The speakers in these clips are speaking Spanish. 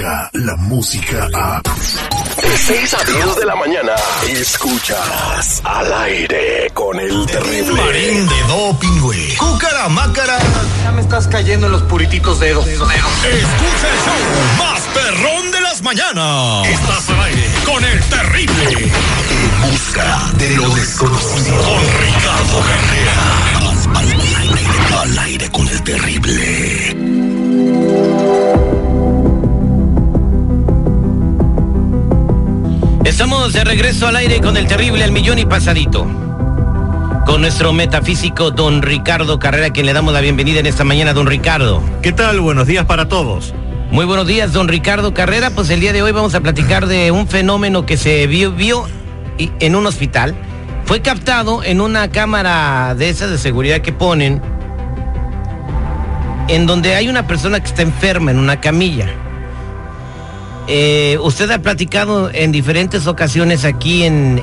llega la música a... De 6 a 10 de la mañana, escuchas Al Aire con el Terrible. Marín de doping, güey. Cúcara, mácara. Ya me estás cayendo en los purititos dedos. Escucha el show más perrón de las mañanas. Estás al aire con el Terrible. En busca de lo desconocido. Con Ricardo Carrera. Al aire con el Terrible. Estamos de regreso al aire con el Terrible al millón y pasadito. Con nuestro metafísico don Ricardo Carrera, a quien le damos la bienvenida en esta mañana. Don Ricardo. ¿Qué tal? Buenos días para todos. Muy buenos días, don Ricardo Carrera. Pues el día de hoy vamos a platicar de un fenómeno que se vio en un hospital. Fue captado en una cámara de esas de seguridad que ponen, en donde hay una persona que está enferma en una camilla. Usted ha platicado en diferentes ocasiones aquí en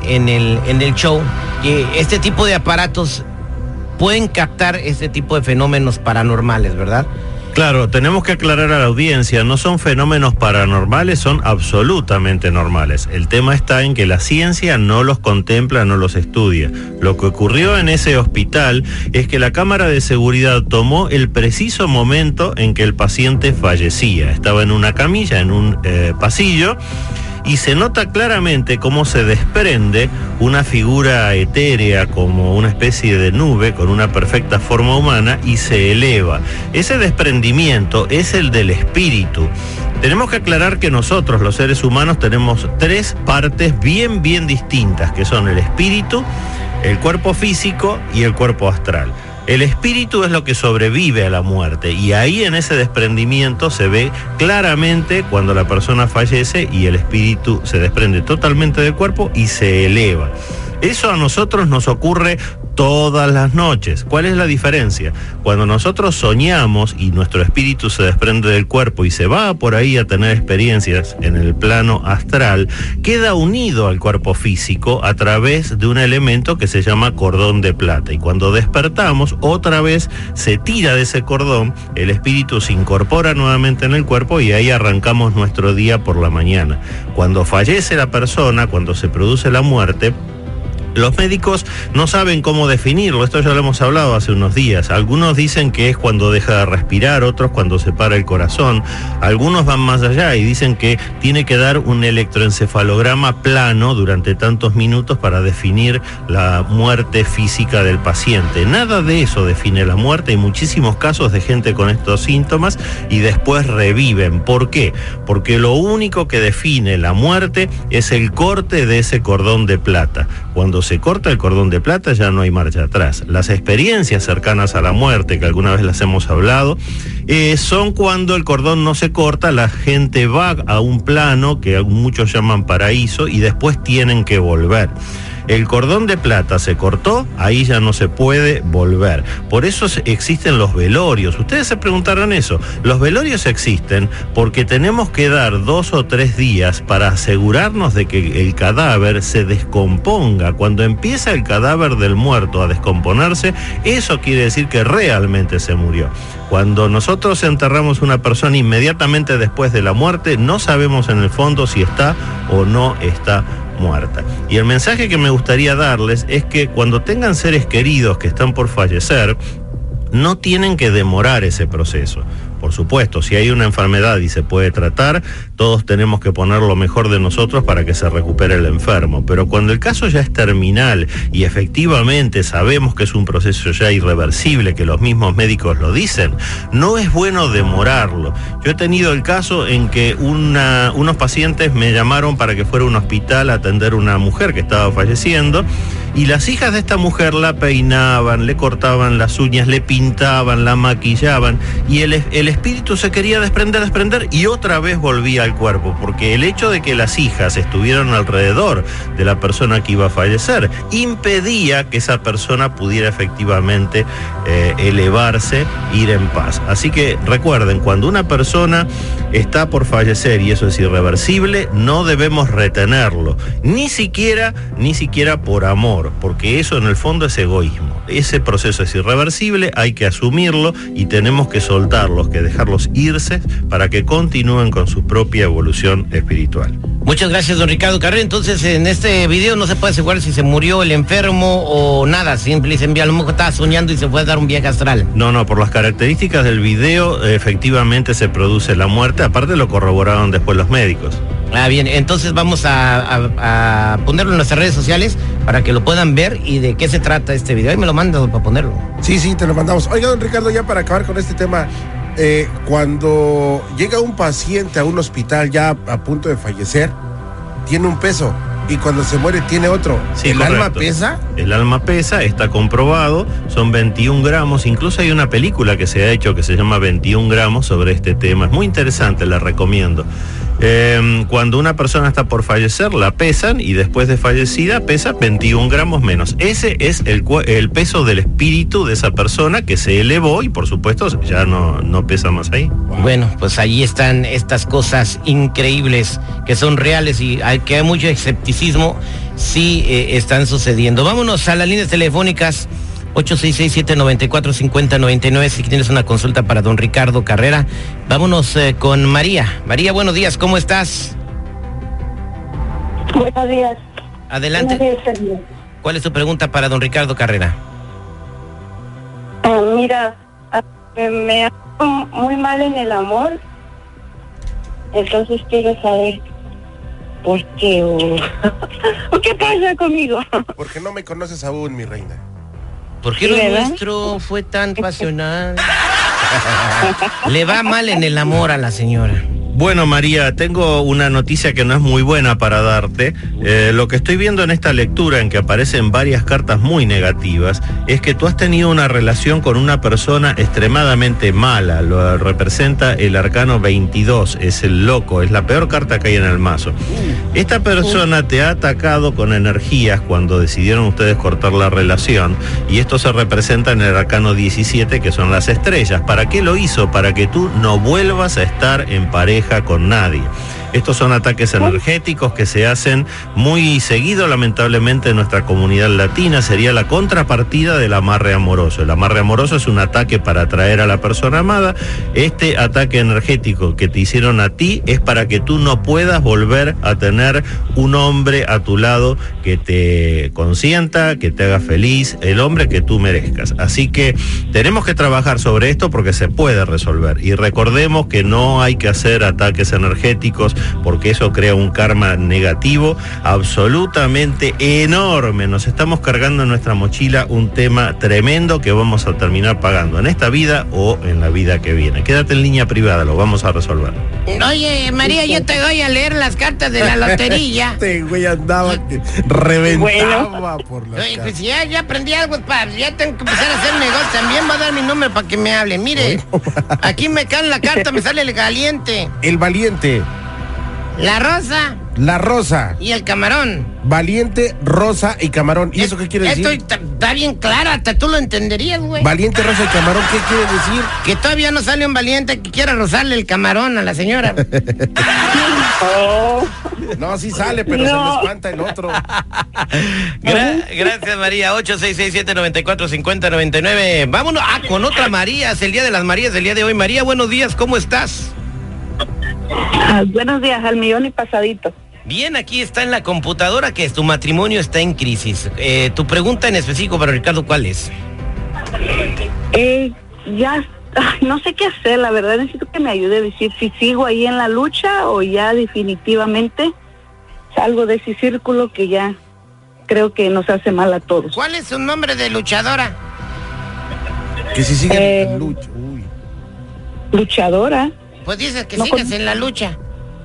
el show que este tipo de aparatos pueden captar este tipo de fenómenos paranormales, ¿verdad? Claro, tenemos que aclarar a la audiencia, no son fenómenos paranormales, son absolutamente normales. El tema está en que la ciencia no los contempla, no los estudia. Lo que ocurrió en ese hospital es que la cámara de seguridad tomó el preciso momento en que el paciente fallecía. Estaba en una camilla, en un pasillo, y se nota claramente cómo se desprende una figura etérea como una especie de nube con una perfecta forma humana y se eleva. Ese desprendimiento es el del espíritu. Tenemos que aclarar que nosotros, los seres humanos, tenemos tres partes bien distintas, que son el espíritu, el cuerpo físico y el cuerpo astral. El espíritu es lo que sobrevive a la muerte y ahí en ese desprendimiento se ve claramente cuando la persona fallece y el espíritu se desprende totalmente del cuerpo y se eleva. Eso a nosotros nos ocurre todas las noches. ¿Cuál es la diferencia? Cuando nosotros soñamos y nuestro espíritu se desprende del cuerpo y se va por ahí a tener experiencias en el plano astral, queda unido al cuerpo físico a través de un elemento que se llama cordón de plata. Y cuando despertamos, otra vez se tira de ese cordón, el espíritu se incorpora nuevamente en el cuerpo y ahí arrancamos nuestro día por la mañana. Cuando fallece la persona, cuando se produce la muerte, los médicos no saben cómo definirlo, esto ya lo hemos hablado hace unos días. Algunos dicen que es cuando deja de respirar, otros cuando se para el corazón. Algunos van más allá y dicen que tiene que dar un electroencefalograma plano durante tantos minutos para definir la muerte física del paciente. Nada de eso define la muerte. Hay muchísimos casos de gente con estos síntomas y después reviven. ¿Por qué? Porque lo único que define la muerte es el corte de ese cordón de plata. Cuando se corta el cordón de plata ya no hay marcha atrás. Las experiencias cercanas a la muerte, que alguna vez las hemos hablado, son cuando el cordón no se corta, la gente va a un plano que muchos llaman paraíso y después tienen que volver. El cordón de plata se cortó, ahí ya no se puede volver. Por eso existen los velorios. Ustedes se preguntarán eso. Los velorios existen porque tenemos que dar 2 o 3 días para asegurarnos de que el cadáver se descomponga. Cuando empieza el cadáver del muerto a descomponerse, eso quiere decir que realmente se murió. Cuando nosotros enterramos una persona inmediatamente después de la muerte, no sabemos en el fondo si está o no está muerta. Y el mensaje que me gustaría darles es que cuando tengan seres queridos que están por fallecer, no tienen que demorar ese proceso. Por supuesto, si hay una enfermedad y se puede tratar, todos tenemos que poner lo mejor de nosotros para que se recupere el enfermo. Pero cuando el caso ya es terminal y efectivamente sabemos que es un proceso ya irreversible, que los mismos médicos lo dicen, no es bueno demorarlo. Yo he tenido el caso en que unos pacientes me llamaron para que fuera a un hospital a atender a una mujer que estaba falleciendo y las hijas de esta mujer la peinaban, le cortaban las uñas, le pintaban, la maquillaban y el espíritu se quería desprender y otra vez volvía al cuerpo, porque el hecho de que las hijas estuvieran alrededor de la persona que iba a fallecer impedía que esa persona pudiera efectivamente elevarse, ir en paz. Así que recuerden, cuando una persona está por fallecer y eso es irreversible, no debemos retenerlo, ni siquiera por amor. amor, porque eso en el fondo es egoísmo. Ese proceso es irreversible, hay que asumirlo y tenemos que soltarlos, que dejarlos irse para que continúen con su propia evolución espiritual. Muchas gracias, don Ricardo Carrera. Entonces, en este video no se puede asegurar si se murió el enfermo o nada. Simple y a lo mejor estaba soñando y se fue a dar un viaje astral. No, por las características del video, efectivamente se produce la muerte. Aparte lo corroboraron después los médicos. Ah, bien. Entonces vamos a ponerlo en nuestras redes sociales para que lo puedan ver y de qué se trata este video. Ahí me lo mandas para ponerlo. Sí, te lo mandamos. Oiga, don Ricardo, ya para acabar con este tema, cuando llega un paciente a un hospital ya a punto de fallecer, tiene un peso y cuando se muere tiene otro. Sí, ¿El correcto. alma pesa? El alma pesa, está comprobado, son 21 gramos, incluso hay una película que se ha hecho que se llama 21 gramos sobre este tema, es muy interesante, la recomiendo. Cuando una persona está por fallecer, la pesan y después de fallecida pesa 21 gramos menos. Ese es el peso del espíritu de esa persona que se elevó y por supuesto ya no pesa más ahí. Bueno, pues ahí están estas cosas increíbles que son reales y que hay mucho escepticismo, sí están sucediendo. Vámonos a las líneas telefónicas 866-794-5099 si tienes una consulta para don Ricardo Carrera. Vámonos con María. María, buenos días, ¿cómo estás? Buenos días. Adelante. Buenos días, Sergio. ¿Cuál es tu pregunta para don Ricardo Carrera? Mira, me hago muy mal en el amor, entonces quiero saber por qué o qué pasa conmigo. Porque no me conoces aún, mi reina. ¿Por qué lo nuestro fue tan pasional? Le va mal en el amor a la señora. Bueno, María, tengo una noticia que no es muy buena para darte. Lo que estoy viendo en esta lectura, en que aparecen varias cartas muy negativas, es que tú has tenido una relación con una persona extremadamente mala. Lo representa el arcano 22, es el loco, es la peor carta que hay en el mazo. Esta persona te ha atacado con energías cuando decidieron ustedes cortar la relación, y esto se representa en el arcano 17, que son las estrellas. ¿Para qué lo hizo? Para que tú no vuelvas a estar en pareja con nadie. Estos son ataques energéticos que se hacen muy seguido, lamentablemente, en nuestra comunidad latina. Sería la contrapartida del amarre amoroso. El amarre amoroso es un ataque para atraer a la persona amada. Este ataque energético que te hicieron a ti es para que tú no puedas volver a tener un hombre a tu lado que te consienta, que te haga feliz, el hombre que tú merezcas. Así que tenemos que trabajar sobre esto porque se puede resolver. Y recordemos que no hay que hacer ataques energéticos porque eso crea un karma negativo absolutamente enorme. Nos estamos cargando en nuestra mochila un tema tremendo que vamos a terminar pagando en esta vida o en la vida que viene. Quédate en línea privada, lo vamos a resolver. Oye, María, yo te voy a leer las cartas de la lotería. Este güey andaba que reventaba por la Oye, pues ya aprendí algo, ya tengo que empezar a hacer negocio. También va a dar mi número para que me hable. Mire, aquí me cae la carta, me sale el valiente. El valiente. La rosa. La rosa. Y el camarón. Valiente, rosa y camarón. ¿Y eso qué quiere decir? Esto está bien clara, hasta tú lo entenderías, güey. Valiente, rosa y camarón, ¿qué quiere decir? Que todavía no sale un valiente que quiera rozarle el camarón a la señora. No, sí sale, pero se le espanta el otro. Gracias, María. 866-794-5099. Vámonos con otra María. Es el día de las Marías del día de hoy. María, buenos días, ¿cómo estás? Buenos días, al millón y pasadito. Bien, aquí está en la computadora que tu matrimonio está en crisis. Tu pregunta en específico para Ricardo, ¿cuál es? No sé qué hacer, la verdad necesito que me ayude a decir si sigo ahí en la lucha o ya definitivamente salgo de ese círculo que ya creo que nos hace mal a todos. ¿Cuál es su nombre de luchadora? Que si sigue en lucha. Uy. Luchadora. Pues dices que sigas en la lucha.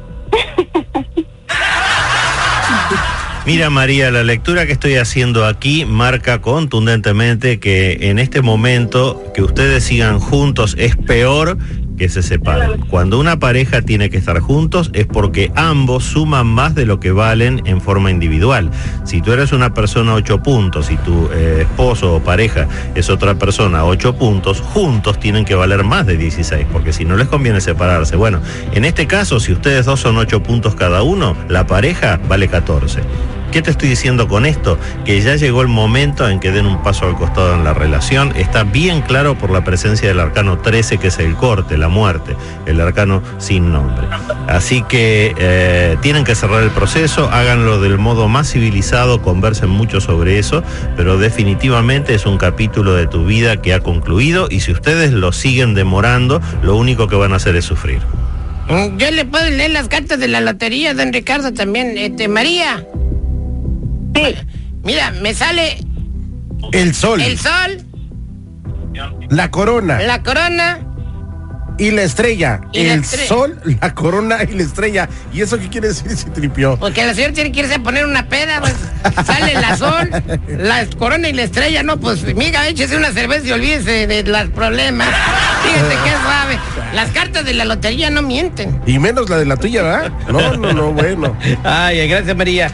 Mira, María, la lectura que estoy haciendo aquí marca contundentemente que en este momento que ustedes sigan juntos es peor que se separen. Cuando una pareja tiene que estar juntos es porque ambos suman más de lo que valen en forma individual. Si tú eres una persona 8 puntos y tu esposo o pareja es otra persona 8 puntos, juntos tienen que valer más de 16, porque si no les conviene separarse. Bueno, en este caso, si ustedes dos son 8 puntos cada uno, la pareja vale 14. ¿Qué te estoy diciendo con esto? Que ya llegó el momento en que den un paso al costado en la relación. Está bien claro por la presencia del arcano 13, que es el corte, la muerte, el arcano sin nombre. Así que tienen que cerrar el proceso, háganlo del modo más civilizado, conversen mucho sobre eso, pero definitivamente es un capítulo de tu vida que ha concluido, y si ustedes lo siguen demorando, lo único que van a hacer es sufrir. Yo le puedo leer las cartas de la lotería, don Ricardo, también. María. Sí. Mira, me sale El sol, el sol, la corona la corona. y la estrella. Y la El estre- sol, la corona y la estrella. ¿Y eso qué quiere decir, Citripio? Porque la señora tiene que irse a poner una peda, pues. Sale la sol, la corona y la estrella, no, pues, miga, échese una cerveza y olvídese de los problemas. Fíjate qué suave. Las cartas de la lotería no mienten. Y menos la de la tuya, ¿verdad? No, bueno. Ay, gracias, María.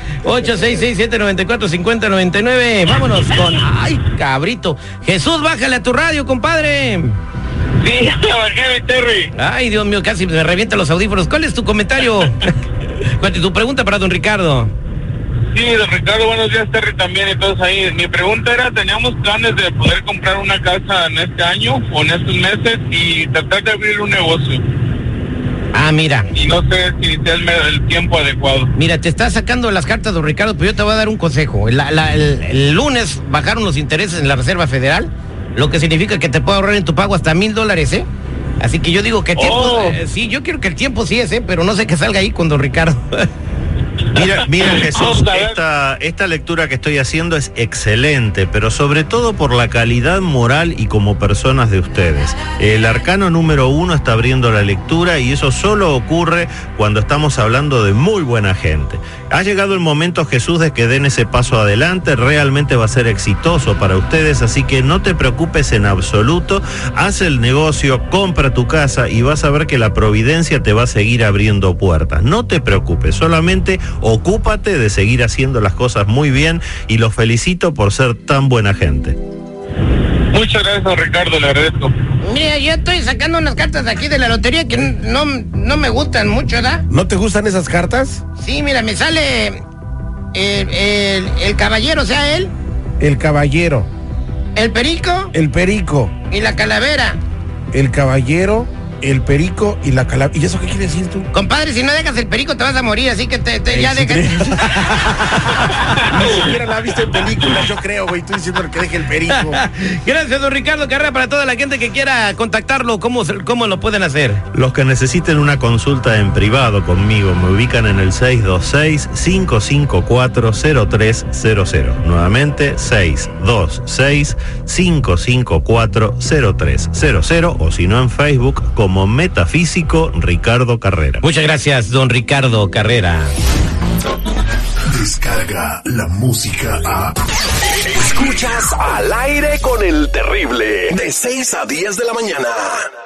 866-794-5099. Vámonos con... Ay, cabrito. Jesús, bájale a tu radio, compadre. Sí, ya te bajé, mi Terry. Ay, Dios mío, casi me revienta los audífonos. ¿Cuál es tu comentario? ¿Cuál es tu pregunta para don Ricardo? Sí, don Ricardo, buenos días, Terry, también y todos ahí. Mi pregunta era, teníamos planes de poder comprar una casa en este año o en estos meses y tratar de abrir un negocio. Ah, mira. Y no sé si sea el tiempo adecuado. Mira, te está sacando las cartas, don Ricardo, pero yo te voy a dar un consejo. El lunes bajaron los intereses en la Reserva Federal, lo que significa que te puedo ahorrar en tu pago hasta $1,000, ¿eh? Así que yo digo que tiempo... sí, yo quiero que el tiempo sí es, pero no sé qué salga ahí con don Ricardo. Mira Jesús, esta lectura que estoy haciendo es excelente, pero sobre todo por la calidad moral y como personas de ustedes. El arcano número 1 está abriendo la lectura, y eso solo ocurre cuando estamos hablando de muy buena gente. Ha llegado el momento, Jesús, de que den ese paso adelante. Realmente va a ser exitoso para ustedes, así que no te preocupes en absoluto. Haz el negocio, compra tu casa y vas a ver que la providencia te va a seguir abriendo puertas. No te preocupes, solamente ocúpate de seguir haciendo las cosas muy bien, y los felicito por ser tan buena gente. Muchas gracias, don Ricardo, le agradezco. Mira, yo estoy sacando unas cartas de aquí de la lotería que no me gustan mucho, ¿verdad? ¿No te gustan esas cartas? Sí, mira, me sale el caballero, o sea, él, El caballero, el perico el perico, y la calavera. el caballero, el perico y la calavera. ¿Y eso qué quiere decir tú? Compadre, si no dejas el perico te vas a morir, así que ya Sí, deja. Ni siquiera la viste en películas, yo creo, güey. Tú diciendo que deje el perico. Gracias, don Ricardo Carrera. Para toda la gente que quiera contactarlo, ¿cómo lo pueden hacer? Los que necesiten una consulta en privado conmigo me ubican en el 626-554-0300. Nuevamente, 626-554-0300, o si no, en Facebook como Metafísico Ricardo Carrera. Muchas gracias, don Ricardo Carrera. Descarga la música a... Escuchas Al Aire con el Terrible, de 6 a 10 de la mañana.